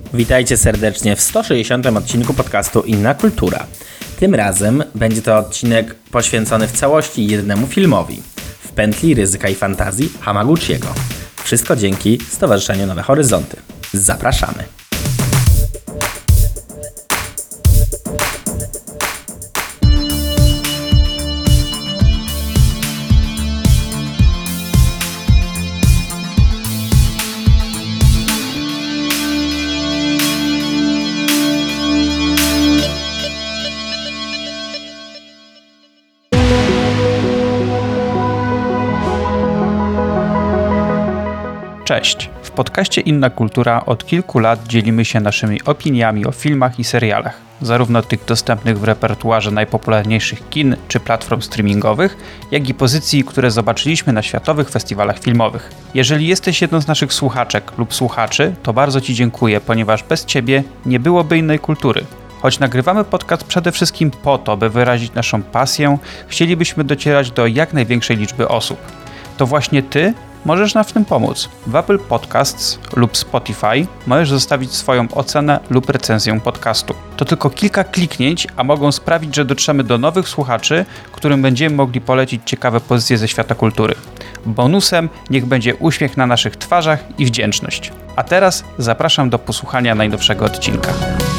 Witajcie serdecznie w 160. odcinku podcastu Inna Kultura. Tym razem będzie to odcinek poświęcony w całości jednemu filmowi. W pętli ryzyka i fantazji Hamaguchiego. Wszystko dzięki Stowarzyszeniu Nowe Horyzonty. Zapraszamy! Cześć! W podcaście Inna Kultura od kilku lat dzielimy się naszymi opiniami o filmach i serialach, zarówno tych dostępnych w repertuarze najpopularniejszych kin czy platform streamingowych, jak i pozycji, które zobaczyliśmy na światowych festiwalach filmowych. Jeżeli jesteś jedną z naszych słuchaczek lub słuchaczy, to bardzo Ci dziękuję, ponieważ bez Ciebie nie byłoby innej kultury. Choć nagrywamy podcast przede wszystkim po to, by wyrazić naszą pasję, chcielibyśmy docierać do jak największej liczby osób. To właśnie Ty możesz nam w tym pomóc. W Apple Podcasts lub Spotify możesz zostawić swoją ocenę lub recenzję podcastu. To tylko kilka kliknięć, a mogą sprawić, że dotrzemy do nowych słuchaczy, którym będziemy mogli polecić ciekawe pozycje ze świata kultury. Bonusem niech będzie uśmiech na naszych twarzach i wdzięczność. A teraz zapraszam do posłuchania najnowszego odcinka.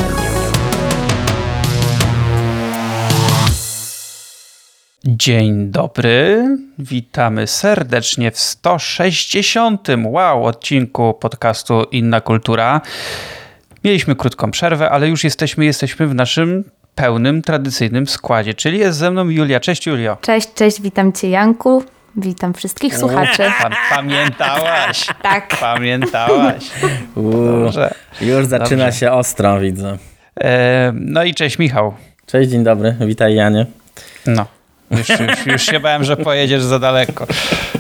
Dzień dobry, witamy serdecznie w 160. odcinku podcastu Inna Kultura. Mieliśmy krótką przerwę, ale już jesteśmy w naszym pełnym, tradycyjnym składzie, czyli jest ze mną Julia. Cześć Julio. Cześć, witam Cię Janku, witam wszystkich słuchaczy. Pamiętałaś. Tak. Pamiętałaś. Dobrze. Już zaczyna Dobrze. się ostro, widzę. No i cześć Michał. Cześć, dzień dobry, witaj Janie. No. Już się bałem, że pojedziesz za daleko.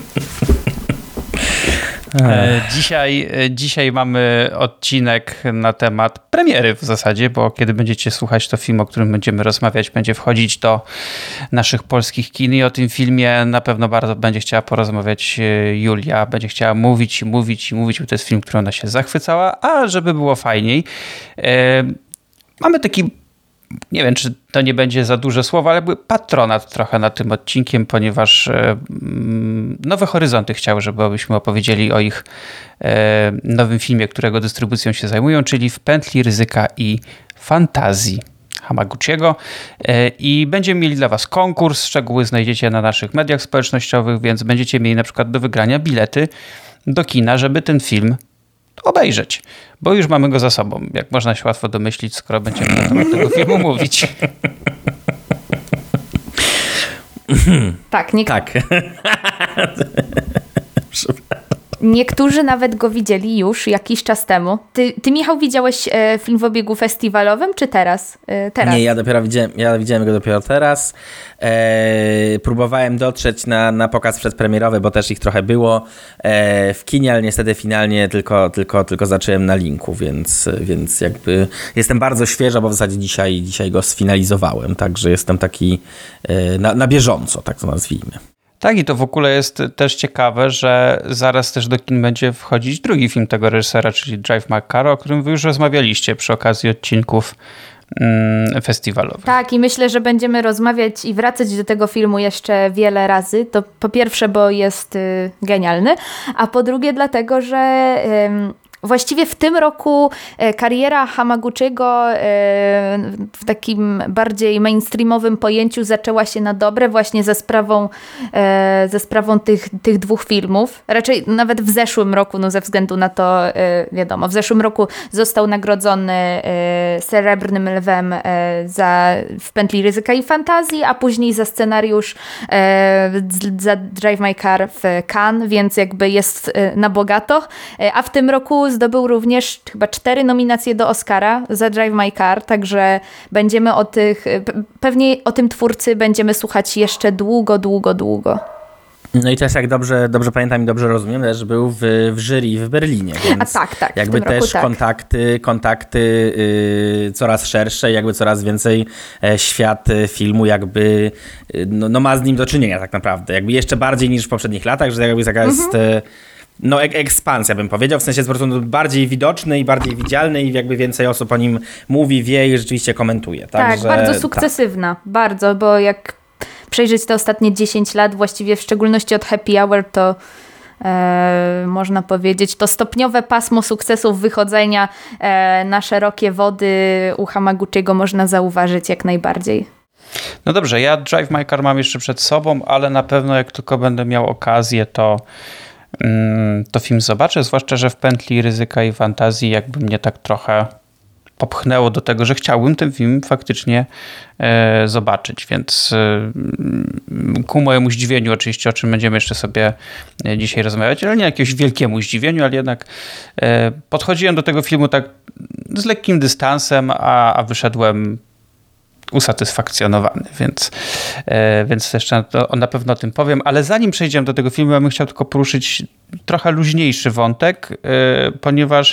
Dzisiaj mamy odcinek na temat premiery w zasadzie, bo kiedy będziecie słuchać, to film, o którym będziemy rozmawiać, będzie wchodzić do naszych polskich kin i o tym filmie na pewno bardzo będzie chciała porozmawiać Julia. Będzie chciała mówić, bo to jest film, który ona się zachwycała, a żeby było fajniej, mamy taki, nie wiem, czy to nie będzie za duże słowo, ale patronat trochę nad tym odcinkiem, ponieważ Nowe Horyzonty chciały, żebyśmy opowiedzieli o ich nowym filmie, którego dystrybucją się zajmują, czyli W pętli ryzyka i fantazji Hamaguchiego. I będziemy mieli dla Was konkurs, szczegóły znajdziecie na naszych mediach społecznościowych, więc będziecie mieli na przykład do wygrania bilety do kina, żeby ten film obejrzeć, bo już mamy go za sobą, jak można się łatwo domyślić, skoro będziemy na temat tego filmu mówić. Tak. Tak. Niektórzy nawet go widzieli już jakiś czas temu. Ty Michał, widziałeś film w obiegu festiwalowym, czy teraz? Nie, ja widziałem go dopiero teraz. Próbowałem dotrzeć na pokaz przedpremierowy, bo też ich trochę było w kinie, ale niestety finalnie tylko zacząłem na linku, więc jakby jestem bardzo świeżo, bo w zasadzie dzisiaj go sfinalizowałem, także jestem taki na bieżąco, tak to nazwijmy. Tak, i to w ogóle jest też ciekawe, że zaraz też do kin będzie wchodzić drugi film tego reżysera, czyli Drive My Car, o którym wy już rozmawialiście przy okazji odcinków festiwalowych. Tak, i myślę, że będziemy rozmawiać i wracać do tego filmu jeszcze wiele razy. To po pierwsze, bo jest genialny, a po drugie dlatego, że właściwie w tym roku kariera Hamaguchiego w takim bardziej mainstreamowym pojęciu zaczęła się na dobre właśnie ze sprawą tych dwóch filmów. Raczej nawet w zeszłym roku, no ze względu na to, wiadomo, w zeszłym roku został nagrodzony Srebrnym Lwem za W pętli ryzyka i fantazji, a później za scenariusz za Drive My Car w Cannes, więc jakby jest na bogato. A w tym roku zdobył również chyba 4 nominacje do Oscara za Drive My Car, także będziemy pewnie o tym twórcy będziemy słuchać jeszcze długo. No i też jak dobrze pamiętam i dobrze rozumiem, też był w jury w Berlinie, więc tak, jakby też roku, kontakty coraz szersze, jakby coraz więcej świat filmu jakby no ma z nim do czynienia tak naprawdę, jakby jeszcze bardziej niż w poprzednich latach, że jakby taka jest no ekspansja bym powiedział, w sensie jest po prostu bardziej widoczny i bardziej widzialny i jakby więcej osób o nim mówi, wie i rzeczywiście komentuje. Tak, bardzo sukcesywna, bardzo, bo jak przejrzeć te ostatnie 10 lat, właściwie w szczególności od Happy Hour, to można powiedzieć, to stopniowe pasmo sukcesów wychodzenia na szerokie wody u Hamaguchiego można zauważyć jak najbardziej. No dobrze, ja Drive My Car mam jeszcze przed sobą, ale na pewno jak tylko będę miał okazję, to film zobaczę, zwłaszcza, że w pętli ryzyka i fantazji jakby mnie tak trochę popchnęło do tego, że chciałbym ten film faktycznie zobaczyć, więc ku mojemu zdziwieniu oczywiście, o czym będziemy jeszcze sobie dzisiaj rozmawiać, ale nie jakiegoś wielkiemu zdziwieniu, ale jednak podchodziłem do tego filmu tak z lekkim dystansem, a wyszedłem usatysfakcjonowany, więc jeszcze na pewno o tym powiem, ale zanim przejdziemy do tego filmu, ja bym chciał tylko poruszyć trochę luźniejszy wątek, ponieważ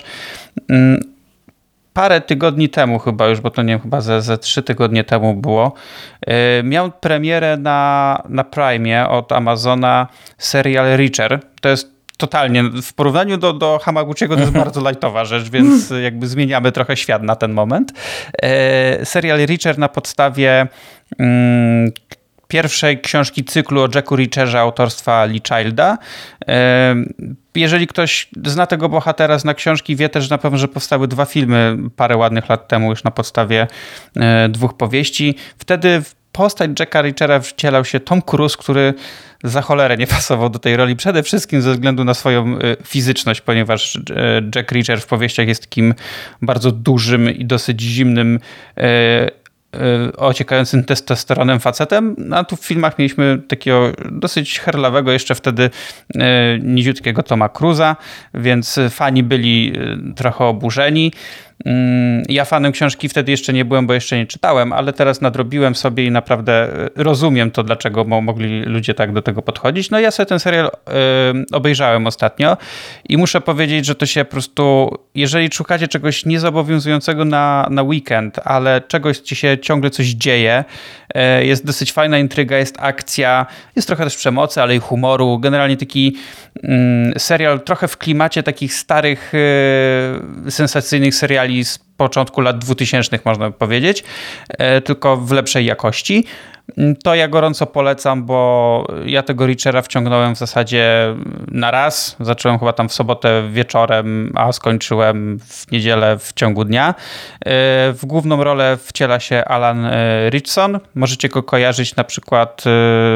parę tygodni temu chyba już, bo to nie wiem, chyba ze 3 tygodnie temu było, miał premierę na Prime'ie od Amazona serial Reacher. To jest totalnie, w porównaniu do Hamaguchiego to jest bardzo lightowa rzecz, więc jakby zmieniamy trochę świat na ten moment. Serial Reacher na podstawie pierwszej książki cyklu o Jacku Reacherze autorstwa Lee Childa. Jeżeli ktoś zna tego bohatera, zna książki, wie też na pewno, że powstały 2 filmy parę ładnych lat temu już na podstawie 2 powieści. Wtedy w postać Jacka Reachera wcielał się Tom Cruise, który za cholerę nie pasował do tej roli, przede wszystkim ze względu na swoją fizyczność, ponieważ Jack Reacher w powieściach jest takim bardzo dużym i dosyć zimnym ociekającym testosteronem facetem, a tu w filmach mieliśmy takiego dosyć herlawego jeszcze wtedy niziutkiego Toma Cruise'a, więc fani byli trochę oburzeni. Ja fanem książki wtedy jeszcze nie byłem, bo jeszcze nie czytałem, ale teraz nadrobiłem sobie i naprawdę rozumiem to, dlaczego mogli ludzie tak do tego podchodzić. No ja sobie ten serial obejrzałem ostatnio i muszę powiedzieć, że to się po prostu, jeżeli szukacie czegoś niezobowiązującego na weekend, ale czegoś ci się ciągle coś dzieje, jest dosyć fajna intryga, jest akcja, jest trochę też przemocy, ale i humoru. Generalnie taki serial trochę w klimacie takich starych, sensacyjnych seriali z początku lat 2000 można by powiedzieć, tylko w lepszej jakości. To ja gorąco polecam, bo ja tego Reachera wciągnąłem w zasadzie na raz. Zacząłem chyba tam w sobotę wieczorem, a skończyłem w niedzielę w ciągu dnia. W główną rolę wciela się Alan Ritchson. Możecie go kojarzyć na przykład...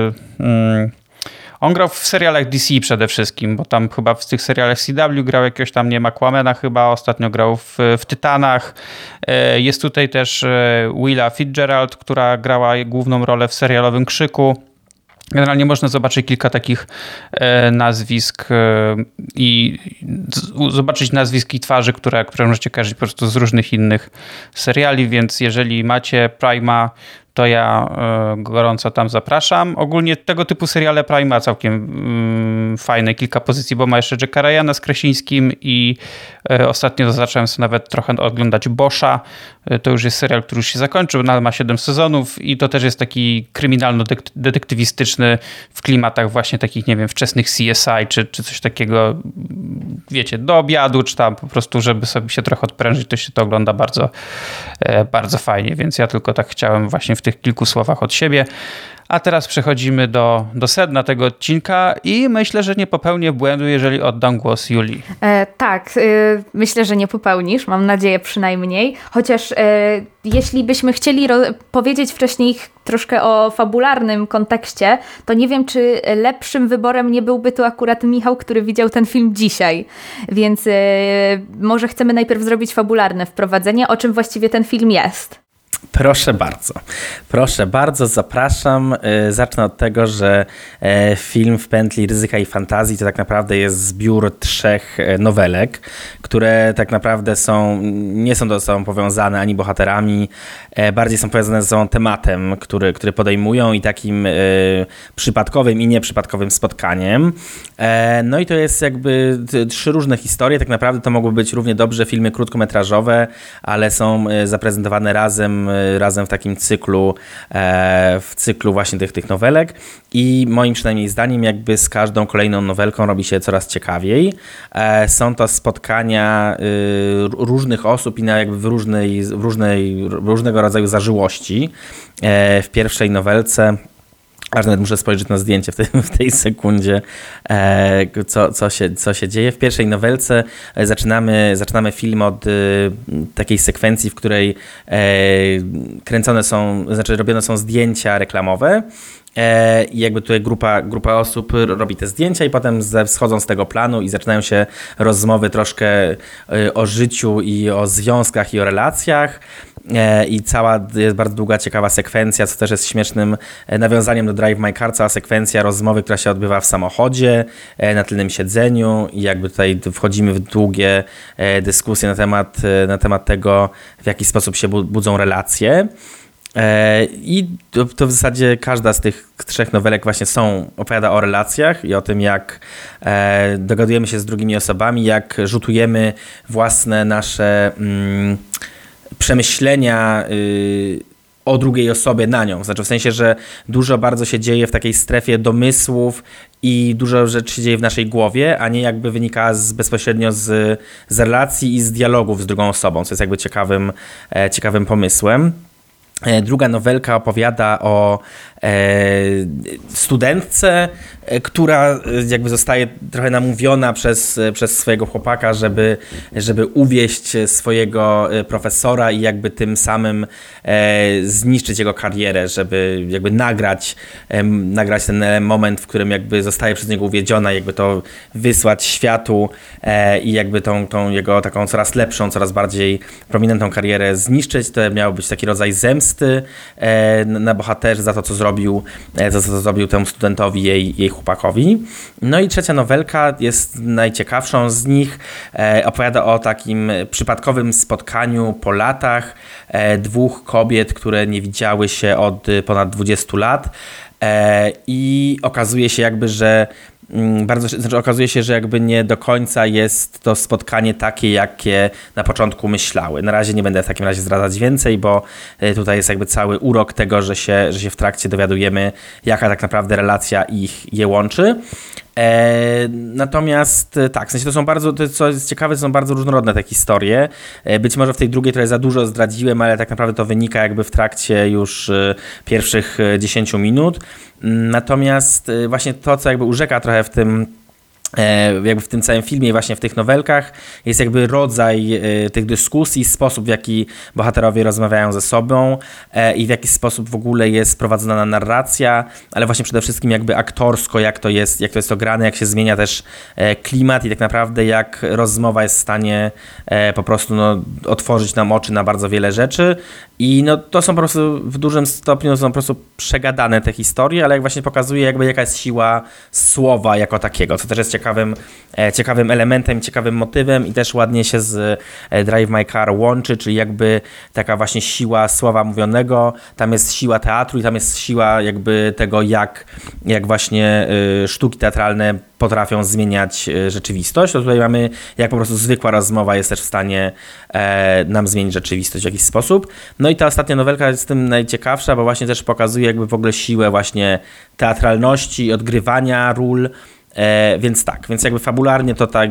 On grał w serialach DC przede wszystkim, bo tam chyba w tych serialach CW grał jakiegoś tam, nie ma Aquamana chyba, ostatnio grał w Tytanach. Jest tutaj też Willa Fitzgerald, która grała główną rolę w serialowym Krzyku. Generalnie można zobaczyć kilka takich nazwisk i zobaczyć nazwisk i twarzy, które możecie kojarzyć po prostu z różnych innych seriali, więc jeżeli macie Prime'a, to ja gorąco tam zapraszam. Ogólnie tego typu seriale Prime ma całkiem fajne kilka pozycji, bo ma jeszcze Jacka Ryana z Kresińskim i ostatnio zacząłem sobie nawet trochę oglądać Boscha. To już jest serial, który już się zakończył, no ale ma 7 sezonów i to też jest taki kryminalno-detektywistyczny w klimatach właśnie takich, nie wiem, wczesnych CSI czy coś takiego, wiecie, do obiadu, czy tam po prostu, żeby sobie się trochę odprężyć, to się to ogląda bardzo, bardzo fajnie, więc ja tylko tak chciałem właśnie w tych kilku słowach od siebie. A teraz przechodzimy do sedna tego odcinka i myślę, że nie popełnię błędu, jeżeli oddam głos Julii. Tak, myślę, że nie popełnisz, mam nadzieję przynajmniej. Chociaż jeśli byśmy chcieli powiedzieć wcześniej troszkę o fabularnym kontekście, to nie wiem, czy lepszym wyborem nie byłby tu akurat Michał, który widział ten film dzisiaj. Więc może chcemy najpierw zrobić fabularne wprowadzenie, o czym właściwie ten film jest. Proszę bardzo, zapraszam. Zacznę od tego, że film w pętli ryzyka i fantazji to tak naprawdę jest zbiór 3 nowelek, które tak naprawdę nie są ze sobą powiązane ani bohaterami, bardziej są powiązane ze sobą tematem, który podejmują i takim przypadkowym i nieprzypadkowym spotkaniem. No i to jest jakby 3 różne historie, tak naprawdę to mogły być równie dobrze filmy krótkometrażowe, ale są zaprezentowane razem razem w takim cyklu, w cyklu właśnie tych nowelek i moim przynajmniej zdaniem jakby z każdą kolejną nowelką robi się coraz ciekawiej. Są to spotkania różnych osób i jakby w różnego rodzaju zażyłości. W pierwszej nowelce, aż nawet muszę spojrzeć na zdjęcie w tej sekundzie, co się dzieje. W pierwszej nowelce zaczynamy film od takiej sekwencji, w której robione są zdjęcia reklamowe. I jakby tutaj grupa osób robi te zdjęcia i potem schodzą z tego planu i zaczynają się rozmowy troszkę o życiu i o związkach i o relacjach. I jest bardzo długa, ciekawa sekwencja, co też jest śmiesznym nawiązaniem do Drive My Car, cała sekwencja rozmowy, która się odbywa w samochodzie, na tylnym siedzeniu i jakby tutaj wchodzimy w długie dyskusje na temat tego, w jaki sposób się budzą relacje. I to w zasadzie każda z tych 3 nowelek właśnie opowiada o relacjach i o tym, jak dogadujemy się z drugimi osobami, jak rzutujemy własne nasze przemyślenia o drugiej osobie na nią. Znaczy w sensie, że dużo bardzo się dzieje w takiej strefie domysłów i dużo rzeczy się dzieje w naszej głowie, a nie jakby wynika bezpośrednio z relacji i z dialogów z drugą osobą, co jest jakby ciekawym pomysłem. Druga nowelka opowiada o studentce, która jakby zostaje trochę namówiona przez swojego chłopaka, żeby uwieść swojego profesora i jakby tym samym zniszczyć jego karierę, żeby jakby nagrać ten moment, w którym jakby zostaje przez niego uwiedziona, jakby to wysłać światu i jakby tą jego taką coraz lepszą, coraz bardziej prominentną karierę zniszczyć. To miał być taki rodzaj zemsty na bohaterze za to, co zrobił temu studentowi, jej chłopakowi. No i trzecia nowelka jest najciekawszą z nich. Opowiada o takim przypadkowym spotkaniu po latach 2 kobiet, które nie widziały się od ponad 20 lat i okazuje się jakby, że jakby nie do końca jest to spotkanie takie, jakie na początku myślały. Na razie nie będę w takim razie zdradzać więcej, bo tutaj jest jakby cały urok tego, że się w trakcie dowiadujemy, jaka tak naprawdę relacja je łączy. Natomiast tak, w sensie co jest ciekawe, to są bardzo różnorodne te historie. Być może w tej drugiej trochę za dużo zdradziłem, ale tak naprawdę to wynika jakby w trakcie już pierwszych 10 minut. Natomiast właśnie to, co jakby urzeka trochę jakby w tym całym filmie i właśnie w tych nowelkach jest jakby rodzaj tych dyskusji, sposób, w jaki bohaterowie rozmawiają ze sobą i w jaki sposób w ogóle jest prowadzona narracja, ale właśnie przede wszystkim jakby aktorsko, jak to jest to grane, jak się zmienia też klimat i tak naprawdę jak rozmowa jest w stanie po prostu otworzyć nam oczy na bardzo wiele rzeczy i to są po prostu w dużym stopniu po prostu przegadane te historie, ale jak właśnie pokazuje jakby jaka jest siła słowa jako takiego, co też jest ciekawym elementem, ciekawym motywem i też ładnie się z Drive My Car łączy, czyli jakby taka właśnie siła słowa mówionego, tam jest siła teatru i tam jest siła jakby tego, jak właśnie sztuki teatralne potrafią zmieniać rzeczywistość. To tutaj mamy, jak po prostu zwykła rozmowa jest też w stanie nam zmienić rzeczywistość w jakiś sposób. No i ta ostatnia nowelka jest tym najciekawsza, bo właśnie też pokazuje jakby w ogóle siłę właśnie teatralności, odgrywania ról. Więc jakby fabularnie to tak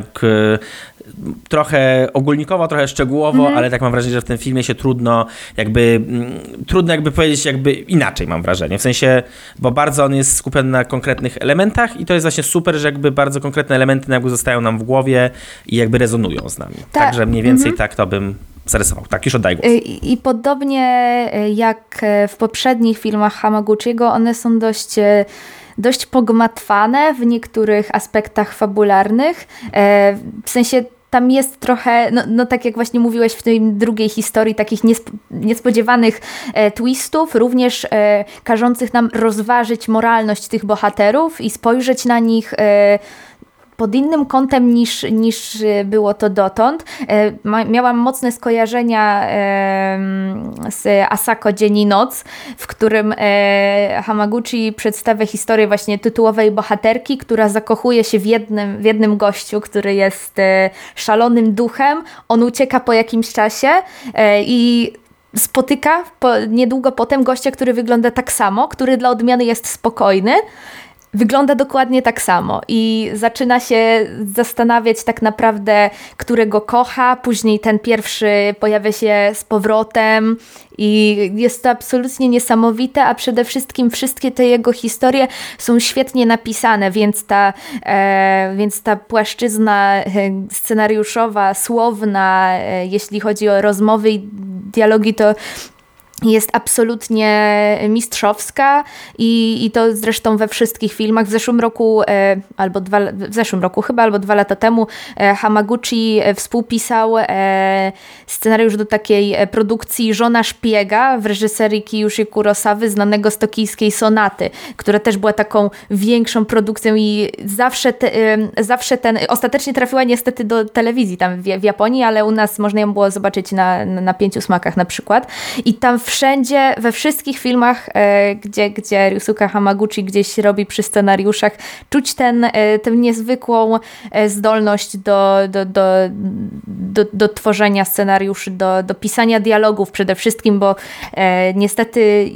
trochę ogólnikowo, trochę szczegółowo, ale tak mam wrażenie, że w tym filmie się trudno jakby powiedzieć jakby inaczej, mam wrażenie. W sensie, bo bardzo on jest skupiony na konkretnych elementach i to jest właśnie super, że jakby bardzo konkretne elementy jakby zostają nam w głowie i jakby rezonują z nami. Także mniej więcej tak to bym zarysował. Tak, już oddaj głos. I podobnie jak w poprzednich filmach Hamaguchiego, one są dość pogmatwane w niektórych aspektach fabularnych. W sensie tam jest trochę, tak jak właśnie mówiłeś w tej drugiej historii, takich niespodziewanych twistów, również każących nam rozważyć moralność tych bohaterów i spojrzeć na nich pod innym kątem niż było to dotąd. Miałam mocne skojarzenia z Asako Dzień i Noc, w którym Hamaguchi przedstawia historię właśnie tytułowej bohaterki, która zakochuje się w jednym gościu, który jest szalonym duchem. On ucieka po jakimś czasie i spotyka niedługo potem gościa, który wygląda tak samo, który dla odmiany jest spokojny, wygląda dokładnie tak samo i zaczyna się zastanawiać tak naprawdę, którego kocha, później ten pierwszy pojawia się z powrotem i jest to absolutnie niesamowite, a przede wszystkim wszystkie te jego historie są świetnie napisane, więc ta płaszczyzna scenariuszowa, słowna, jeśli chodzi o rozmowy i dialogi, to jest absolutnie mistrzowska i to zresztą we wszystkich filmach. W zeszłym roku, albo 2 lata temu Hamaguchi współpisał scenariusz do takiej produkcji Żona szpiega w reżyserii Kiyoshi Kurosawy, znanego z Tokijskiej Sonaty, która też była taką większą produkcją i zawsze ostatecznie trafiła niestety do telewizji tam w Japonii, ale u nas można ją było zobaczyć na 5 smakach na przykład. I tam wszędzie, we wszystkich filmach, gdzie Ryusuke Hamaguchi gdzieś robi przy scenariuszach, czuć tę niezwykłą zdolność do tworzenia scenariuszy, do pisania dialogów przede wszystkim, bo niestety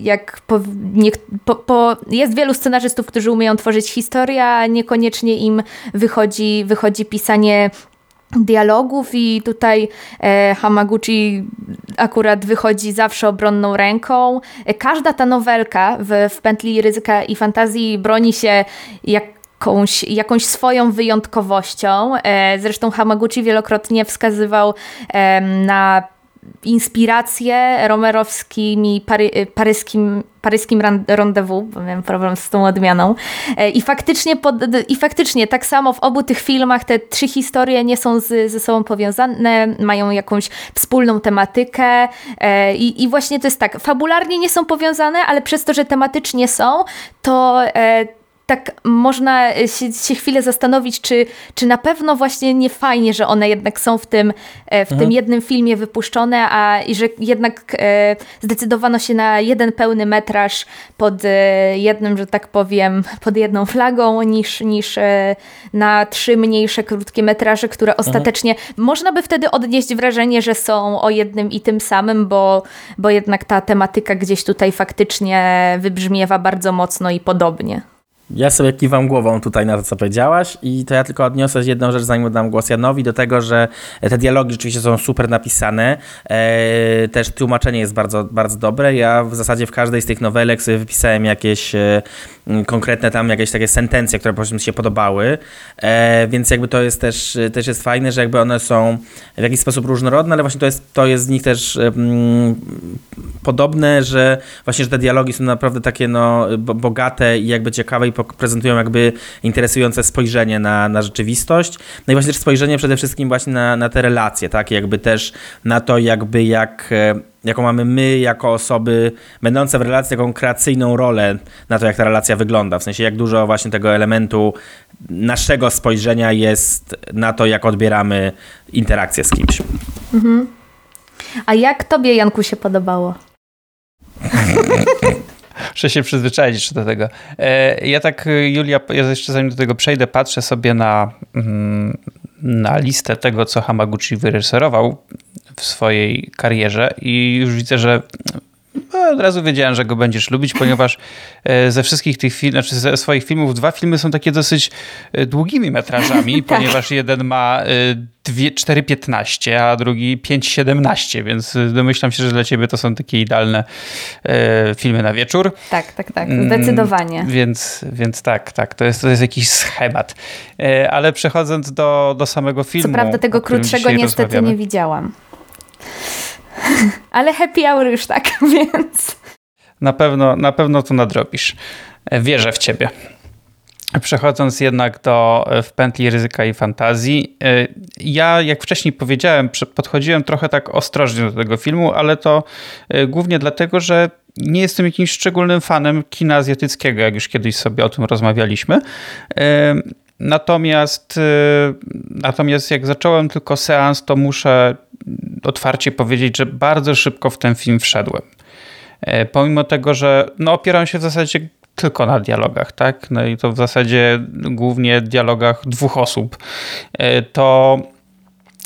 jest wielu scenarzystów, którzy umieją tworzyć historię, a niekoniecznie im wychodzi pisanie dialogów i tutaj Hamaguchi akurat wychodzi zawsze obronną ręką. Każda ta nowelka w pętli ryzyka i fantazji broni się jakąś swoją wyjątkowością. Zresztą Hamaguchi wielokrotnie wskazywał na inspiracje romerowskimi paryskim rendezvous, bo miałem problem z tą odmianą. I faktycznie tak samo w obu tych filmach te 3 historie nie są ze sobą powiązane, mają jakąś wspólną tematykę i właśnie to jest tak, fabularnie nie są powiązane, ale przez to, że tematycznie są, to tak można się chwilę zastanowić, czy na pewno właśnie nie fajnie, że one jednak są w tym jednym filmie wypuszczone, i że jednak zdecydowano się na jeden pełny metraż pod jednym, że tak powiem, pod jedną flagą, niż na 3 mniejsze krótkie metraże, które ostatecznie można by wtedy odnieść wrażenie, że są o jednym i tym samym, bo jednak ta tematyka gdzieś tutaj faktycznie wybrzmiewa bardzo mocno i podobnie. Ja sobie kiwam głową tutaj na to, co powiedziałaś i to ja tylko odniosę jedną rzecz, zanim oddam głos Janowi, do tego, że te dialogi rzeczywiście są super napisane. Też tłumaczenie jest bardzo, bardzo dobre. Ja w zasadzie w każdej z tych nowelek sobie wypisałem jakieś konkretne tam jakieś takie sentencje, które po prostu mi się podobały, więc jakby to jest też jest fajne, że jakby one są w jakiś sposób różnorodne, ale właśnie to jest z nich też podobne, że właśnie, że te dialogi są naprawdę takie bogate i jakby ciekawe i prezentują jakby interesujące spojrzenie na rzeczywistość. No i właśnie też spojrzenie przede wszystkim właśnie na te relacje, tak? Jakby też na to jaką mamy my jako osoby będące w relacji, taką kreacyjną rolę na to, jak ta relacja wygląda. W sensie jak dużo właśnie tego elementu naszego spojrzenia jest na to, jak odbieramy interakcję z kimś. Mhm. A jak tobie, Janku, się podobało? Muszę się przyzwyczaić jeszcze do tego. Ja tak, Julia, ja jeszcze zanim do tego przejdę, patrzę sobie na listę tego, co Hamaguchi wyreżyserował w swojej karierze i już widzę, że od razu wiedziałem, że go będziesz lubić, ponieważ ze wszystkich tych ze swoich filmów 2 filmy są takie dosyć długimi metrażami, tak. Ponieważ jeden ma 4:15, a drugi 5:17, więc domyślam się, że dla ciebie to są takie idealne filmy na wieczór. Tak, zdecydowanie. Więc tak, to jest jakiś schemat. Ale przechodząc do samego filmu. Co prawda tego krótszego niestety nie widziałam. Ale happy hour już tak, więc... Na pewno to nadrobisz. Wierzę w ciebie. Przechodząc jednak w pętli ryzyka i fantazji, ja, jak wcześniej powiedziałem, podchodziłem trochę tak ostrożnie do tego filmu, ale to głównie dlatego, że nie jestem jakimś szczególnym fanem kina azjatyckiego, jak już kiedyś sobie o tym rozmawialiśmy. Natomiast jak zacząłem tylko seans, to muszę otwarcie powiedzieć, że bardzo szybko w ten film wszedłem. Pomimo tego, że opieram się w zasadzie tylko na dialogach, tak? No i to w zasadzie głównie dialogach 2 osób. To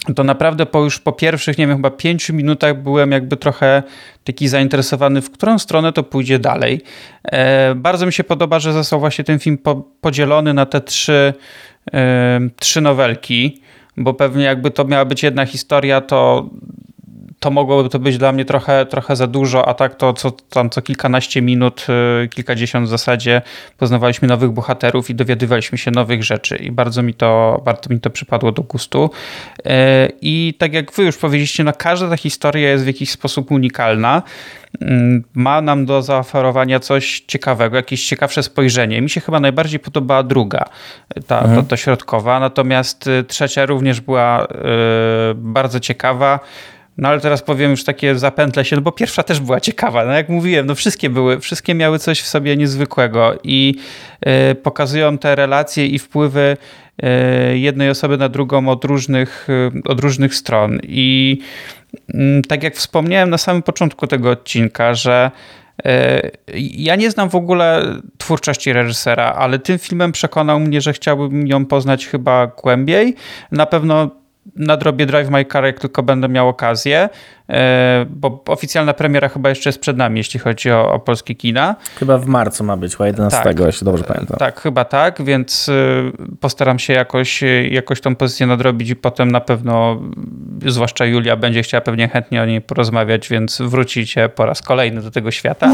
to naprawdę już po pierwszych, nie wiem, chyba 5 minutach byłem jakby trochę taki zainteresowany, w którą stronę to pójdzie dalej. Bardzo mi się podoba, że został właśnie ten film podzielony na te trzy nowelki, bo pewnie jakby to miała być jedna historia, to mogłoby to być dla mnie trochę za dużo, a tak to co kilkanaście minut, kilkadziesiąt w zasadzie poznawaliśmy nowych bohaterów i dowiadywaliśmy się nowych rzeczy i bardzo mi to przypadło do gustu. I tak jak wy już powiedzieliście, no każda ta historia jest w jakiś sposób unikalna. Ma nam do zaoferowania coś ciekawego, jakieś ciekawsze spojrzenie. Mi się chyba najbardziej podobała druga, ta środkowa, natomiast trzecia również była bardzo ciekawa. No ale teraz powiem już takie zapętlę się, no bo pierwsza też była ciekawa. No jak mówiłem, no wszystkie miały coś w sobie niezwykłego i pokazują te relacje i wpływy jednej osoby na drugą od różnych stron. I tak jak wspomniałem na samym początku tego odcinka, że ja nie znam w ogóle twórczości reżysera, ale tym filmem przekonał mnie, że chciałbym ją poznać chyba głębiej. Na pewno nadrobię Drive My Car, jak tylko będę miał okazję, bo oficjalna premiera chyba jeszcze jest przed nami, jeśli chodzi o polskie kina. Chyba w marcu ma być, 11, jeśli dobrze pamiętam. Tak, chyba tak, więc postaram się jakoś tą pozycję nadrobić i potem na pewno, zwłaszcza Julia, będzie chciała pewnie chętnie o niej porozmawiać, więc wrócicie po raz kolejny do tego świata.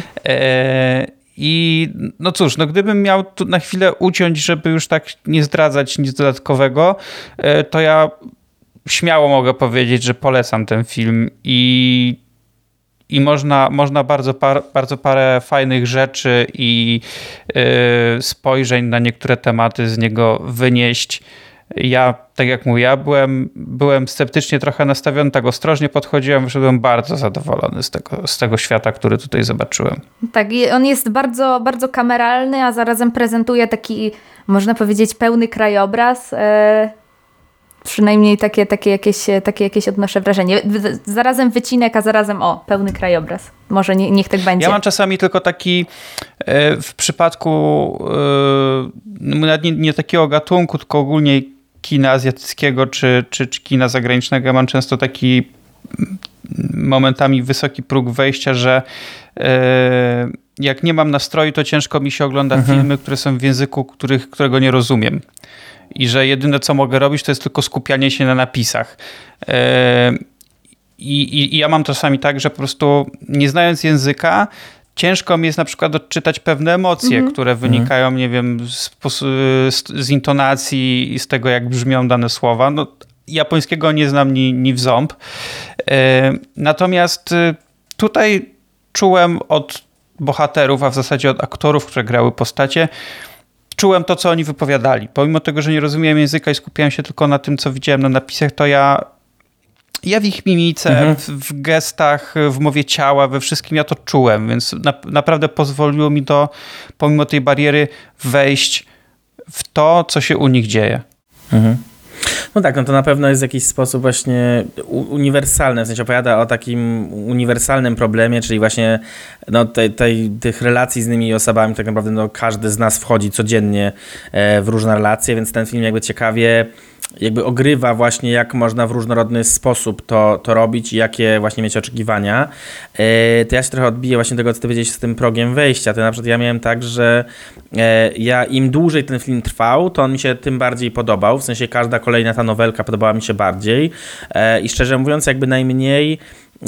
I no cóż, no gdybym miał tu na chwilę uciąć, żeby już tak nie zdradzać nic dodatkowego, to ja śmiało mogę powiedzieć, że polecam ten film i można bardzo parę fajnych rzeczy i spojrzeń na niektóre tematy z niego wynieść. Ja, tak jak mówię, byłem sceptycznie trochę nastawiony, tak ostrożnie podchodziłem, wyszedłem bardzo zadowolony z tego świata, który tutaj zobaczyłem. Tak, i on jest bardzo, bardzo kameralny, a zarazem prezentuje taki, można powiedzieć, pełny krajobraz. Przynajmniej takie jakieś odnoszę wrażenie. Zarazem wycinek, a zarazem pełny krajobraz. Może niech tak będzie. Ja mam czasami tylko taki w przypadku nie takiego gatunku, tylko ogólnie kina azjatyckiego czy kina zagranicznego. Ja mam często taki momentami wysoki próg wejścia, że jak nie mam nastroju, to ciężko mi się ogląda filmy, które są w języku, którego nie rozumiem. I że jedyne, co mogę robić, to jest tylko skupianie się na napisach. I ja mam czasami tak, że po prostu nie znając języka, ciężko mi jest na przykład odczytać pewne emocje, które wynikają, nie wiem, z intonacji i z tego, jak brzmią dane słowa. No, japońskiego nie znam ni w ząb. Natomiast tutaj czułem od bohaterów, a w zasadzie od aktorów, które grały postacie, czułem to, co oni wypowiadali. Pomimo tego, że nie rozumiałem języka i skupiałem się tylko na tym, co widziałem na napisach, to ja w ich mimice, w gestach, w mowie ciała, we wszystkim ja to czułem, więc naprawdę pozwoliło mi to, pomimo tej bariery, wejść w to, co się u nich dzieje. No tak, no to na pewno jest w jakiś sposób właśnie uniwersalny, w sensie opowiada o takim uniwersalnym problemie, czyli właśnie no, tych relacji z innymi osobami, tak naprawdę no, każdy z nas wchodzi codziennie w różne relacje, więc ten film jakby ciekawie jakby ogrywa właśnie, jak można w różnorodny sposób to robić i jakie właśnie mieć oczekiwania. To ja się trochę odbiję właśnie tego, co ty powiedziałeś z tym progiem wejścia. To na przykład ja miałem tak, że ja im dłużej ten film trwał, to on mi się tym bardziej podobał. W sensie każda kolejna ta nowelka podobała mi się bardziej. I szczerze mówiąc, jakby najmniej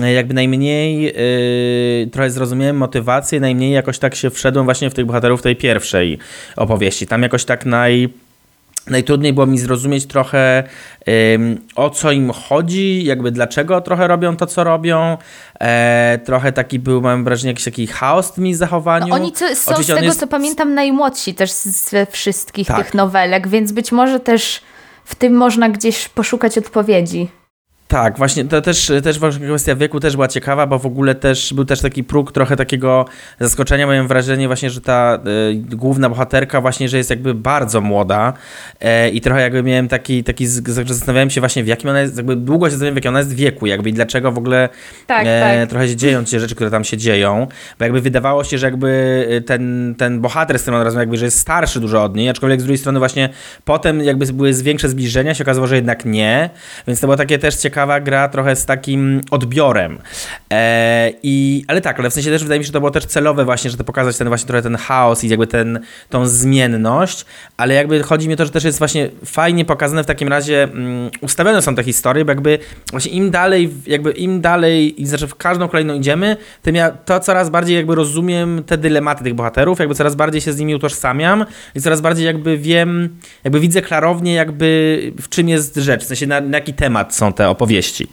trochę zrozumiałem motywację, najmniej jakoś tak się wszedłem właśnie w tych bohaterów tej pierwszej opowieści. Tam jakoś tak najtrudniej było mi zrozumieć trochę o co im chodzi, jakby dlaczego trochę robią to, co robią. Trochę taki był, mam wrażenie, jakiś taki chaos w tym ich zachowaniu. No oni są z tego, co pamiętam, najmłodsi też ze wszystkich tych nowelek, więc być może też w tym można gdzieś poszukać odpowiedzi. Tak, właśnie to też właśnie kwestia wieku też była ciekawa, bo w ogóle też był też taki próg trochę takiego zaskoczenia. Miałem wrażenie właśnie, że ta główna bohaterka właśnie, że jest jakby bardzo młoda i trochę jakby miałem że zastanawiałem się właśnie w jakim ona jest, jakby długo się zastanawiałem w jakim ona jest wieku jakby i dlaczego w ogóle Tak. trochę się dzieją te rzeczy, które tam się dzieją, bo jakby wydawało się, że jakby ten bohater, z którym on rozmawia, jakby, że jest starszy dużo od niej, aczkolwiek z drugiej strony właśnie potem jakby były większe zbliżenia, się okazało, że jednak nie, więc to było takie też ciekawa gra trochę z takim odbiorem. Ale w sensie też wydaje mi się, że to było też celowe właśnie, żeby pokazać ten chaos i jakby tą zmienność, ale jakby chodzi mi o to, że też jest właśnie fajnie pokazane w takim razie, ustawione są te historie, bo jakby właśnie im dalej, znaczy w każdą kolejną idziemy, tym ja to coraz bardziej jakby rozumiem te dylematy tych bohaterów, jakby coraz bardziej się z nimi utożsamiam i coraz bardziej jakby wiem, jakby widzę klarownie jakby w czym jest rzecz, w sensie na jaki temat są te opowieści.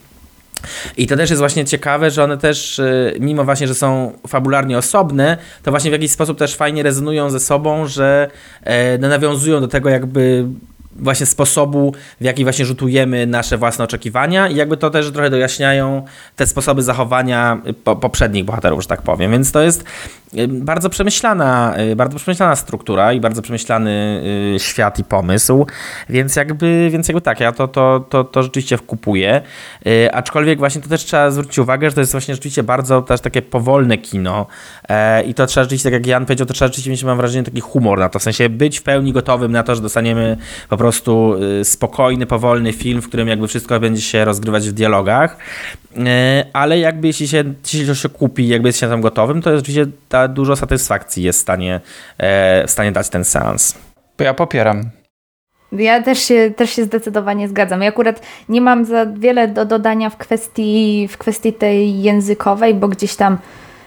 I to też jest właśnie ciekawe, że one też, mimo właśnie, że są fabularnie osobne, to właśnie w jakiś sposób też fajnie rezonują ze sobą, że nawiązują do tego jakby właśnie sposobu, w jaki właśnie rzutujemy nasze własne oczekiwania i jakby to też trochę dojaśniają te sposoby zachowania poprzednich bohaterów, że tak powiem. Więc to jest bardzo przemyślana struktura i bardzo przemyślany świat i pomysł, więc jakby tak, ja to rzeczywiście wkupuję. Aczkolwiek właśnie to też trzeba zwrócić uwagę, że to jest właśnie rzeczywiście bardzo też takie powolne kino i to trzeba rzeczywiście, tak jak Jan powiedział, to trzeba rzeczywiście mieć, mam wrażenie, taki humor na to, w sensie być w pełni gotowym na to, że dostaniemy po prostu spokojny, powolny film, w którym jakby wszystko będzie się rozgrywać w dialogach, ale jakby jeśli się kupi, jakby jest się tam gotowym, to rzeczywiście dużo satysfakcji jest w stanie dać ten seans. Ja popieram. Ja też się zdecydowanie zgadzam. Ja akurat nie mam za wiele do dodania w kwestii tej językowej, bo gdzieś tam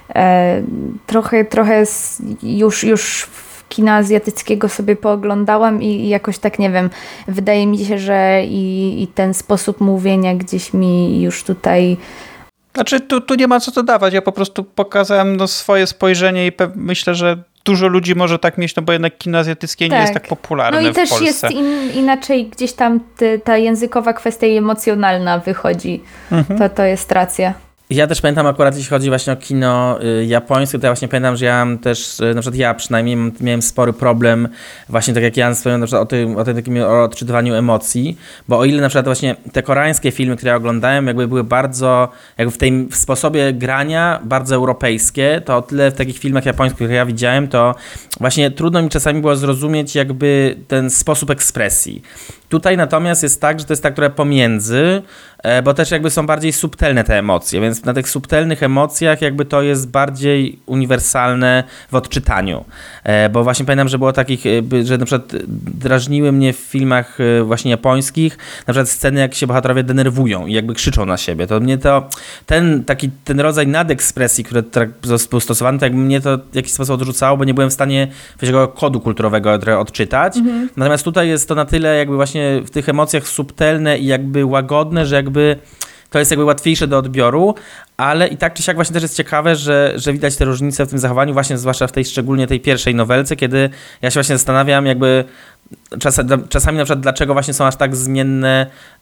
trochę już kina azjatyckiego sobie pooglądałam i jakoś tak, nie wiem, wydaje mi się, że i ten sposób mówienia gdzieś mi już tutaj... Znaczy, tu nie ma co dodawać, ja po prostu pokazałem swoje spojrzenie i myślę, że dużo ludzi może tak mieć, no bo jednak kino azjatyckie nie jest tak popularne w Polsce. No i też jest inaczej gdzieś tam ta językowa kwestia emocjonalna wychodzi. To jest racja. Ja też pamiętam akurat, jeśli chodzi właśnie o kino japońskie, to ja właśnie pamiętam, że ja też, na przykład ja przynajmniej miałem spory problem właśnie tak jak Jan wspomniał, na przykład o odczytywaniu emocji, bo o ile na przykład właśnie te koreańskie filmy, które ja oglądałem, jakby były bardzo, jakby w sposobie grania bardzo europejskie, to o tyle w takich filmach japońskich, które ja widziałem, to właśnie trudno mi czasami było zrozumieć jakby ten sposób ekspresji. Tutaj natomiast jest tak, że to jest tak trochę pomiędzy, bo też jakby są bardziej subtelne te emocje, więc na tych subtelnych emocjach jakby to jest bardziej uniwersalne w odczytaniu. Bo właśnie pamiętam, że było takich, że na przykład drażniły mnie w filmach właśnie japońskich, na przykład sceny, jak się bohaterowie denerwują i jakby krzyczą na siebie. To mnie ten rodzaj nadekspresji, który był stosowany, to jakby mnie to w jakiś sposób odrzucało, bo nie byłem w stanie tego kodu kulturowego odczytać. Natomiast tutaj jest to na tyle jakby właśnie w tych emocjach subtelne i jakby łagodne, że jakby to jest jakby łatwiejsze do odbioru, ale i tak czy siak właśnie też jest ciekawe, że widać te różnice w tym zachowaniu, właśnie zwłaszcza w tej szczególnie tej pierwszej nowelce, kiedy ja się właśnie zastanawiam jakby czasami na przykład dlaczego właśnie są aż tak zmienne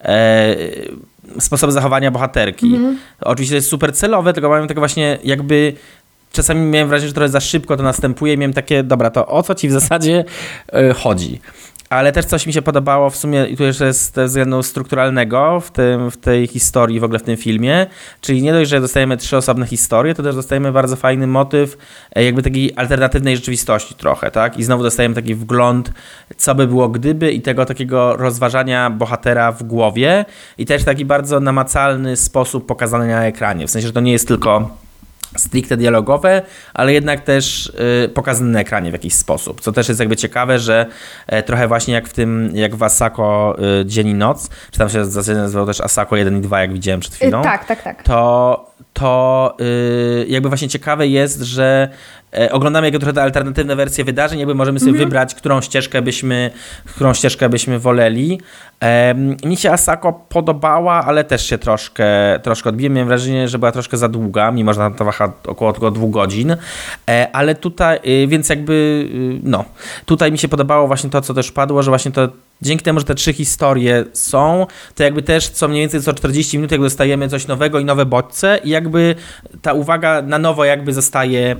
sposoby zachowania bohaterki. Oczywiście to jest super celowe, tylko mamy takie właśnie jakby czasami miałem wrażenie, że trochę za szybko to następuje i miałem takie, dobra, to o co ci w zasadzie chodzi? Ale też coś mi się podobało w sumie, i tu jeszcze jest ze względu strukturalnego w tej historii, w ogóle w tym filmie, czyli nie dość, że dostajemy 3 osobne historie, to też dostajemy bardzo fajny motyw jakby takiej alternatywnej rzeczywistości trochę, tak? I znowu dostajemy taki wgląd, co by było gdyby i tego takiego rozważania bohatera w głowie i też taki bardzo namacalny sposób pokazany na ekranie, w sensie, że to nie jest tylko stricte dialogowe, ale jednak też pokazane na ekranie w jakiś sposób, co też jest jakby ciekawe, że trochę właśnie jak w Asako Dzień i Noc, czy tam się w zasadzie nazywało też Asako 1 i 2, jak widziałem przed chwilą. Tak. To jakby właśnie ciekawe jest, że oglądamy jakby trochę te alternatywne wersje wydarzeń, jakby możemy sobie wybrać, którą ścieżkę byśmy woleli. Mi się Asako podobała, ale też się troszkę odbiłem. Miałem wrażenie, że była troszkę za długa, mimo że to waha około tylko 2 godzin. Ale tutaj, więc jakby, no, tutaj mi się podobało właśnie to, co też padło, że właśnie to dzięki temu, że te 3 historie są, to jakby też co mniej więcej co 40 minut jakby dostajemy coś nowego i nowe bodźce i jakby ta uwaga na nowo jakby zostaje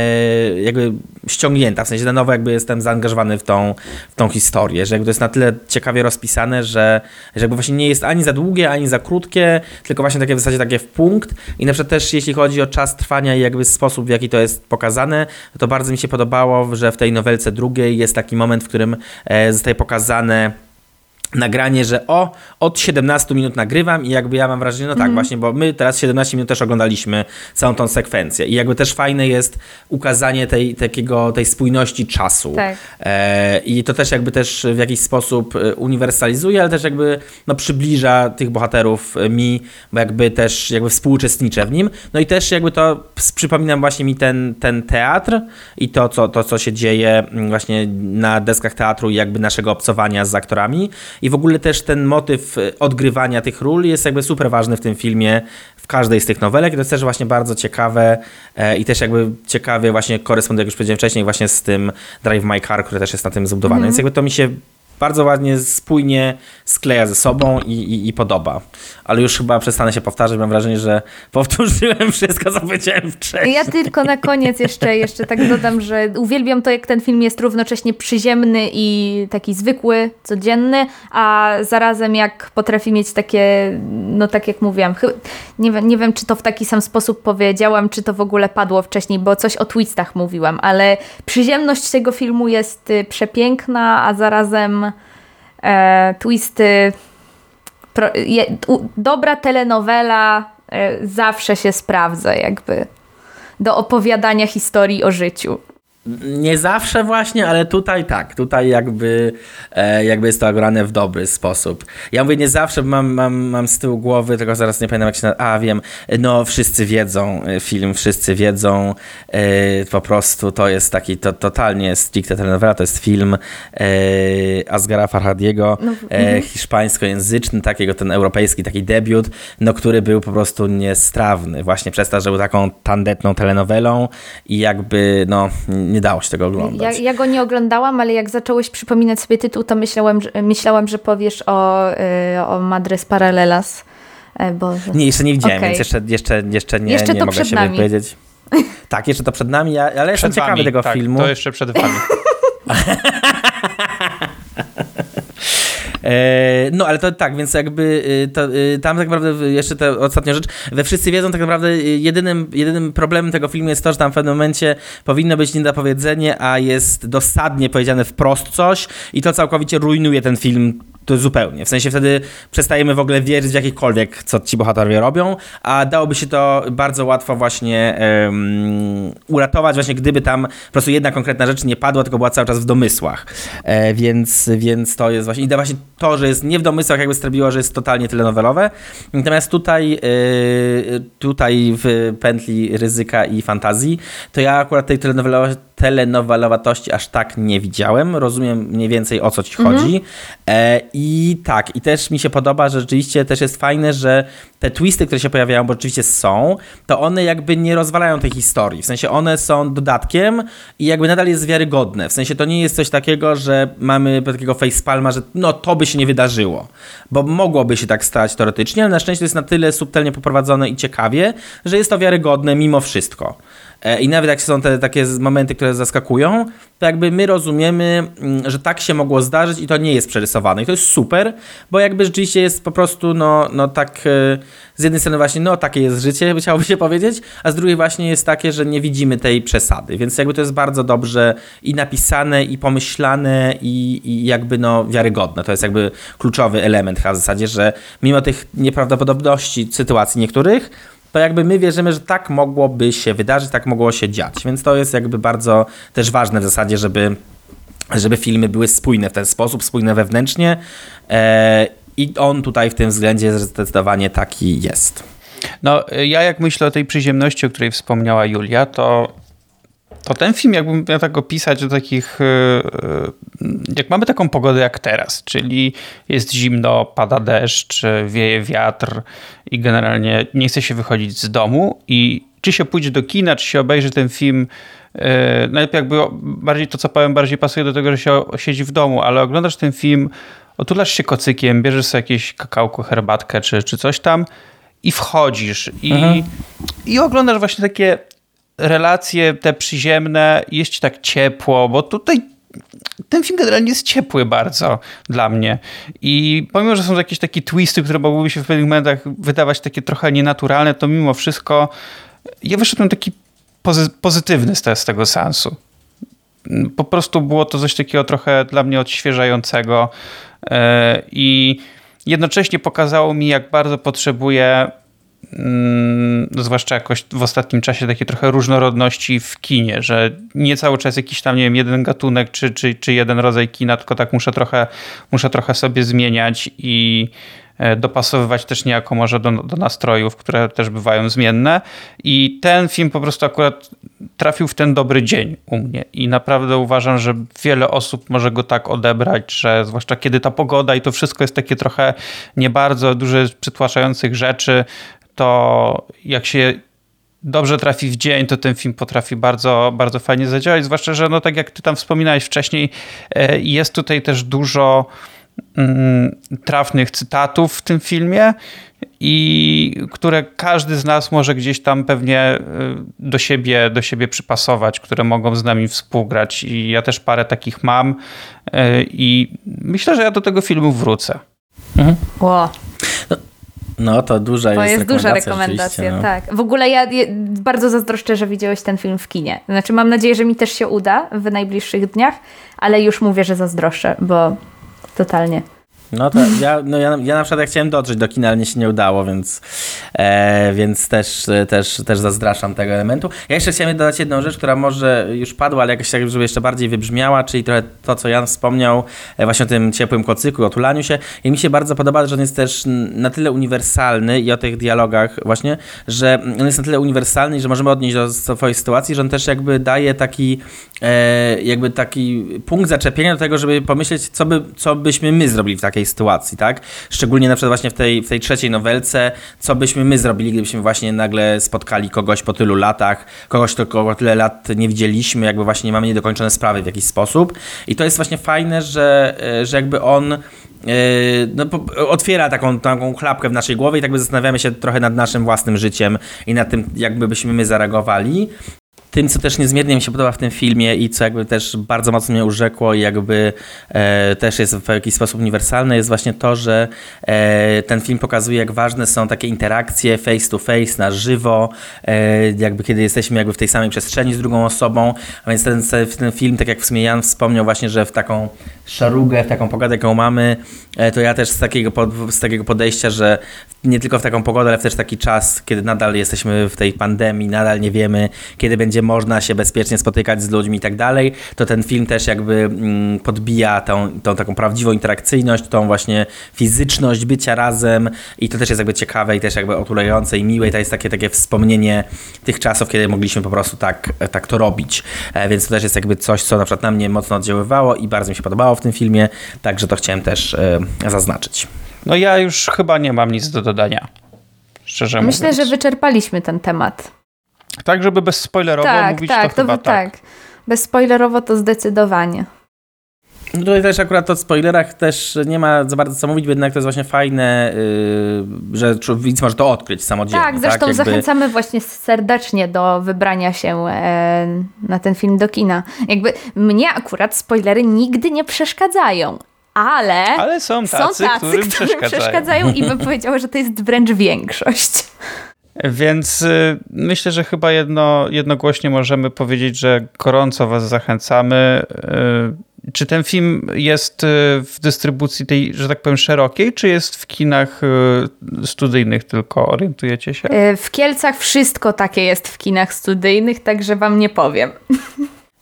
jakby ściągnięta, w sensie na nowo jakby jestem zaangażowany w tą historię, że jakby to jest na tyle ciekawie rozpisane, że jakby właśnie nie jest ani za długie, ani za krótkie, tylko właśnie takie w zasadzie takie w punkt i na przykład też jeśli chodzi o czas trwania i jakby sposób, w jaki to jest pokazane, to bardzo mi się podobało, że w tej nowelce drugiej jest taki moment, w którym zostaje pokazane nagranie, że od 17 minut nagrywam i jakby ja mam wrażenie, no tak, właśnie, bo my teraz 17 minut też oglądaliśmy całą tą sekwencję i jakby też fajne jest ukazanie tej spójności czasu. Tak. I to też jakby też w jakiś sposób uniwersalizuje, ale też jakby no, przybliża tych bohaterów mi, bo jakby też jakby współuczestniczę w nim. No i też jakby to przypomina właśnie mi ten teatr i to, co się dzieje właśnie na deskach teatru i jakby naszego obcowania z aktorami. I w ogóle też ten motyw odgrywania tych ról jest jakby super ważny w tym filmie, w każdej z tych nowelek. I to jest też właśnie bardzo ciekawe i też jakby ciekawie właśnie koresponduje, jak już powiedziałem wcześniej, właśnie z tym Drive My Car, który też jest na tym zbudowany. Więc jakby to mi się bardzo ładnie, spójnie skleja ze sobą i podoba. Ale już chyba przestanę się powtarzać, mam wrażenie, że powtórzyłem wszystko, co powiedziałem wcześniej. Ja tylko na koniec jeszcze tak dodam, że uwielbiam to, jak ten film jest równocześnie przyziemny i taki zwykły, codzienny, a zarazem jak potrafi mieć takie, no tak jak mówiłam, nie wiem, czy to w taki sam sposób powiedziałam, czy to w ogóle padło wcześniej, bo coś o twistach mówiłam, ale przyziemność tego filmu jest przepiękna, a zarazem twisty... Dobra telenowela zawsze się sprawdza jakby do opowiadania historii o życiu. Nie zawsze właśnie, ale tutaj tak. Tutaj jakby jest to grane w dobry sposób. Ja mówię nie zawsze, mam z tyłu głowy, tylko zaraz nie pamiętam jak się wiem, no wszyscy wiedzą film, wszyscy wiedzą, po prostu to jest taki totalnie stricte telenowela, to jest film Asghara Farhadiego, hiszpańskojęzyczny, takiego ten europejski taki debiut, no który był po prostu niestrawny, właśnie przez to, że był taką tandetną telenowelą i jakby no nie dało się tego oglądać. Ja go nie oglądałam, ale jak zacząłeś przypominać sobie tytuł, to myślałam, że powiesz o Madres Paralelas. Boże. Nie, jeszcze nie widziałem, Okay. więc jeszcze nie mogę się wypowiedzieć. Tak, jeszcze to przed nami, ale jestem ciekawy tego filmu. To jeszcze przed wami. No, ale to tak, więc jakby tam tak naprawdę jeszcze ta ostatnia rzecz, wszyscy wiedzą tak naprawdę jedynym problemem tego filmu jest to, że tam w pewnym momencie powinno być niedopowiedzenie, a jest dosadnie powiedziane wprost coś i to całkowicie rujnuje ten film to zupełnie. W sensie wtedy przestajemy w ogóle wierzyć w jakiekolwiek, co ci bohaterowie robią, a dałoby się to bardzo łatwo właśnie uratować, właśnie gdyby tam po prostu jedna konkretna rzecz nie padła, tylko była cały czas w domysłach. Więc to jest właśnie, i właśnie to, że jest nie w domysłach, jakby sprawiło, że jest totalnie telenowelowe. Natomiast tutaj w pętli ryzyka i fantazji, to ja akurat tej telenowelowatości aż tak nie widziałem. Rozumiem mniej więcej, o co ci chodzi. I tak, i też mi się podoba, że rzeczywiście też jest fajne, że te twisty, które się pojawiają, bo rzeczywiście są, to one jakby nie rozwalają tej historii. W sensie one są dodatkiem i jakby nadal jest wiarygodne. W sensie to nie jest coś takiego, że mamy takiego facepalma, że no to by się nie wydarzyło. Bo mogłoby się tak stać teoretycznie, ale na szczęście to jest na tyle subtelnie poprowadzone i ciekawie, że jest to wiarygodne mimo wszystko. I nawet jak są te takie momenty, które zaskakują, to jakby my rozumiemy, że tak się mogło zdarzyć i to nie jest przerysowane. I to jest super, bo jakby rzeczywiście jest po prostu no tak z jednej strony właśnie no takie jest życie, chciałoby się powiedzieć, a z drugiej właśnie jest takie, że nie widzimy tej przesady. Więc jakby to jest bardzo dobrze i napisane, i pomyślane, i jakby no wiarygodne. To jest jakby kluczowy element w zasadzie, że mimo tych nieprawdopodobności sytuacji niektórych, to jakby my wierzymy, że tak mogłoby się wydarzyć, tak mogło się dziać. Więc to jest jakby bardzo też ważne w zasadzie, żeby filmy były spójne w ten sposób, spójne wewnętrznie. I on tutaj w tym względzie zdecydowanie taki jest. No, ja jak myślę o tej przyziemności, o której wspomniała Julia, to To ten film, jakbym miał tak opisać do takich, jak mamy taką pogodę jak teraz, czyli jest zimno, pada deszcz, wieje wiatr i generalnie nie chce się wychodzić z domu i czy się pójdzie do kina, czy się obejrzy ten film, najlepiej jakby bardziej to, co powiem, bardziej pasuje do tego, że się siedzi w domu, ale oglądasz ten film, otulasz się kocykiem, bierzesz sobie jakieś kakałko, herbatkę czy coś tam i wchodzisz i oglądasz właśnie takie relacje te przyziemne, jest ci tak ciepło, bo tutaj ten film generalnie jest ciepły bardzo dla mnie i pomimo, że są jakieś takie twisty, które mogłyby się w pewnych momentach wydawać takie trochę nienaturalne, to mimo wszystko ja wyszedłem taki pozytywny z tego seansu. Po prostu było to coś takiego trochę dla mnie odświeżającego i jednocześnie pokazało mi, jak bardzo potrzebuję zwłaszcza jakoś w ostatnim czasie takiej trochę różnorodności w kinie, że nie cały czas jakiś tam, nie wiem, jeden gatunek czy jeden rodzaj kina, tylko tak muszę trochę sobie zmieniać i dopasowywać też niejako może do nastrojów, które też bywają zmienne i ten film po prostu akurat trafił w ten dobry dzień u mnie i naprawdę uważam, że wiele osób może go tak odebrać, że zwłaszcza kiedy ta pogoda i to wszystko jest takie trochę nie bardzo dużo przytłaczających rzeczy, to jak się dobrze trafi w dzień, to ten film potrafi bardzo, bardzo fajnie zadziałać, zwłaszcza, że no tak jak ty tam wspominałeś wcześniej, jest tutaj też dużo trafnych cytatów w tym filmie i które każdy z nas może gdzieś tam pewnie do siebie przypasować, które mogą z nami współgrać i ja też parę takich mam i myślę, że ja do tego filmu wrócę. Wow. No to duża to jest duża rekomendacja, no. tak. W ogóle ja bardzo zazdroszczę, że widziałeś ten film w kinie. Znaczy mam nadzieję, że mi też się uda w najbliższych dniach, ale już mówię, że zazdroszczę, bo totalnie. No to ja na przykład jak chciałem dotrzeć do kina, ale mi się nie udało, więc też zazdraszam tego elementu. Ja jeszcze chciałem dodać jedną rzecz, która może już padła, ale jakoś tak, żeby jeszcze bardziej wybrzmiała, czyli trochę to, co Jan wspomniał właśnie o tym ciepłym kocyku, o tulaniu się. I mi się bardzo podoba, że on jest też na tyle uniwersalny i o tych dialogach właśnie, że on jest na tyle uniwersalny, że możemy odnieść do swojej sytuacji, że on też jakby daje taki punkt zaczepienia do tego, żeby pomyśleć, co byśmy my zrobili w takiej sytuacji, tak? Szczególnie na przykład właśnie w tej trzeciej nowelce, co byśmy my zrobili, gdybyśmy właśnie nagle spotkali kogoś po tylu latach, kogoś, kogo tyle lat nie widzieliśmy, jakby właśnie mamy niedokończone sprawy w jakiś sposób. I to jest właśnie fajne, że jakby on otwiera taką klapkę w naszej głowie i tak by zastanawiamy się trochę nad naszym własnym życiem i nad tym, jakby byśmy my zareagowali. Tym, co też niezmiernie mi się podoba w tym filmie i co jakby też bardzo mocno mnie urzekło i jakby też jest w jakiś sposób uniwersalne, jest właśnie to, że ten film pokazuje, jak ważne są takie interakcje face to face, na żywo, jakby kiedy jesteśmy jakby w tej samej przestrzeni z drugą osobą, a więc ten film, tak jak w sumie Jan wspomniał właśnie, że w taką szarugę, w taką pogodę, jaką mamy, to ja też z takiego podejścia, że nie tylko w taką pogodę, ale też taki czas, kiedy nadal jesteśmy w tej pandemii, nadal nie wiemy, kiedy będzie można się bezpiecznie spotykać z ludźmi i tak dalej, to ten film też jakby podbija tą taką prawdziwą interakcyjność, tą właśnie fizyczność bycia razem i to też jest jakby ciekawe i też jakby otulające i miłe i to jest takie wspomnienie tych czasów, kiedy mogliśmy po prostu tak to robić. Więc to też jest jakby coś, co na przykład na mnie mocno oddziaływało i bardzo mi się podobało w tym filmie, także to chciałem też zaznaczyć. No ja już chyba nie mam nic do dodania, szczerze mówiąc. Myślę, że wyczerpaliśmy ten temat. Tak, żeby bezspoilerowo mówić, to chyba tak. Bezspoilerowo to zdecydowanie. No tutaj też akurat o spoilerach też nie ma za bardzo co mówić, bo jednak to jest właśnie fajne, że widz może to odkryć samodzielnie. Tak, zresztą zachęcamy właśnie serdecznie do wybrania się na ten film do kina. Jakby mnie akurat spoilery nigdy nie przeszkadzają. Ale są tacy, którym przeszkadzają i bym powiedziała, że to jest wręcz większość. Więc myślę, że chyba jednogłośnie możemy powiedzieć, że gorąco was zachęcamy. Czy ten film jest w dystrybucji tej, że tak powiem, szerokiej, czy jest w kinach studyjnych tylko? Orientujecie się? W Kielcach wszystko takie jest w kinach studyjnych, także wam nie powiem.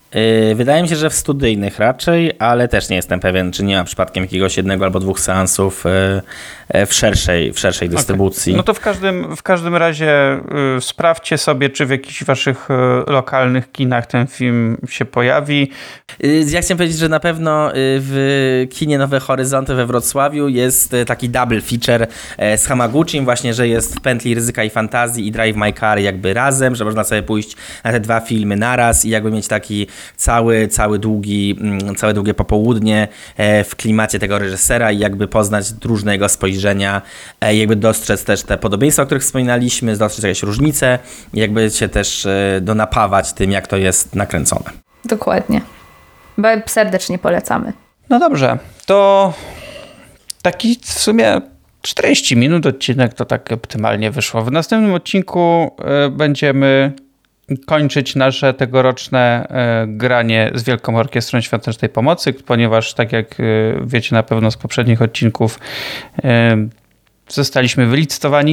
Wydaje mi się, że w studyjnych raczej, ale też nie jestem pewien, czy nie ma przypadkiem jakiegoś jednego albo dwóch seansów w szerszej dystrybucji. Okay. No to w każdym razie sprawdźcie sobie, czy w jakichś waszych lokalnych kinach ten film się pojawi. Ja chciałem powiedzieć, że na pewno w kinie Nowe Horyzonty we Wrocławiu jest taki double feature z Hamaguchim, właśnie, że jest w Pętli Ryzyka i Fantazji i Drive My Car jakby razem, że można sobie pójść na te dwa filmy naraz i jakby mieć taki całe długie popołudnie w klimacie tego reżysera i jakby poznać różne jego spojrzenia, jakby dostrzec też te podobieństwa, o których wspominaliśmy, dostrzec jakieś różnice i jakby się też napawać tym, jak to jest nakręcone. Dokładnie. Serdecznie polecamy. No dobrze, to taki w sumie 40 minut odcinek to tak optymalnie wyszło. W następnym odcinku będziemy kończyć nasze tegoroczne granie z Wielką Orkiestrą Świątecznej Pomocy, ponieważ tak jak wiecie na pewno z poprzednich odcinków zostaliśmy wylicytowani.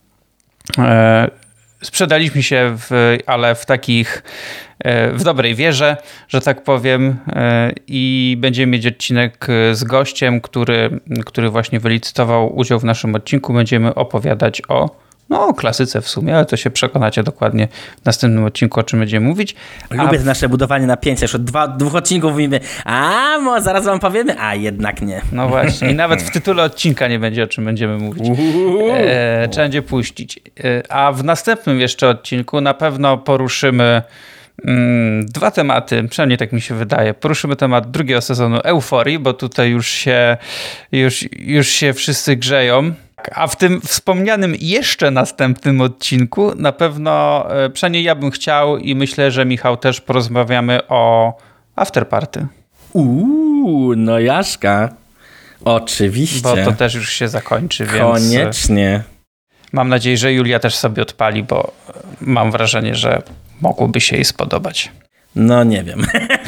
Sprzedaliśmy się, ale w dobrej wierze, że tak powiem, i będziemy mieć odcinek z gościem, który właśnie wylicytował udział w naszym odcinku. Będziemy opowiadać o klasyce w sumie, ale to się przekonacie dokładnie w następnym odcinku, o czym będziemy mówić. Lubię to nasze budowanie napięcia. Już od dwóch odcinków mówimy, zaraz wam powiemy, a jednak nie. No właśnie, i nawet w tytule odcinka nie będzie, o czym będziemy mówić. Trzeba będzie puścić. A w następnym jeszcze odcinku na pewno poruszymy dwa tematy, przynajmniej tak mi się wydaje. Poruszymy temat drugiego sezonu Euforii, bo tutaj już się wszyscy grzeją. A w tym wspomnianym jeszcze następnym odcinku na pewno, przynajmniej ja bym chciał i myślę, że Michał też porozmawiamy o Afterparty. No Jaszka. Oczywiście. Bo to też już się zakończy, więc... Koniecznie. Mam nadzieję, że Julia też sobie odpali, bo mam wrażenie, że mogłoby się jej spodobać. No nie wiem.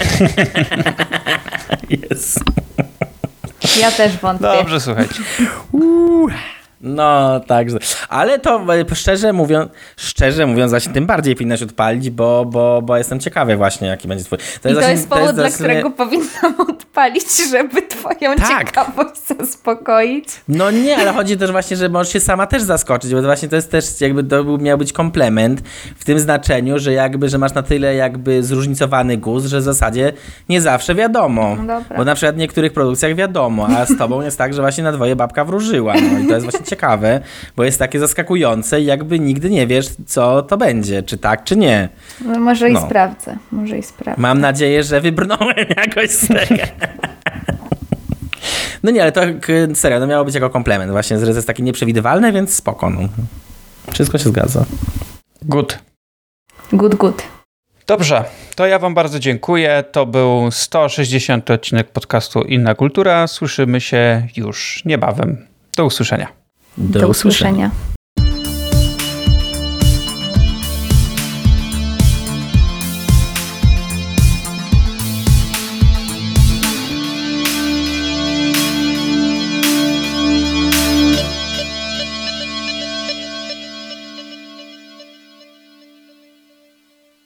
Yes. Ja też wątpię. Dobrze, słuchajcie. No, także. Ale to szczerze mówiąc, właśnie tym bardziej powinnaś odpalić, bo jestem ciekawy właśnie, jaki będzie twój. To jest powód, dla którego powinnam odpalić, żeby twoją ciekawość zaspokoić. No nie, ale chodzi też właśnie, że możesz się sama też zaskoczyć, bo to właśnie to jest też jakby to miał być komplement w tym znaczeniu, że masz na tyle jakby zróżnicowany gust, że w zasadzie nie zawsze wiadomo. No dobra. Bo na przykład w niektórych produkcjach wiadomo, a z tobą jest tak, że właśnie na dwoje babka wróżyła. No i to jest właśnie ciekawe, bo jest takie zaskakujące i jakby nigdy nie wiesz, co to będzie, czy tak, czy nie. No może i sprawdzę. Mam nadzieję, że wybrnąłem jakoś z tego. No nie, ale to serio, miało być jako komplement właśnie, że jest takie nieprzewidywalne, więc spoko. No. Wszystko się zgadza. Good. Dobrze, to ja wam bardzo dziękuję. To był 160. odcinek podcastu Inna Kultura. Słyszymy się już niebawem. Do usłyszenia. Do usłyszenia.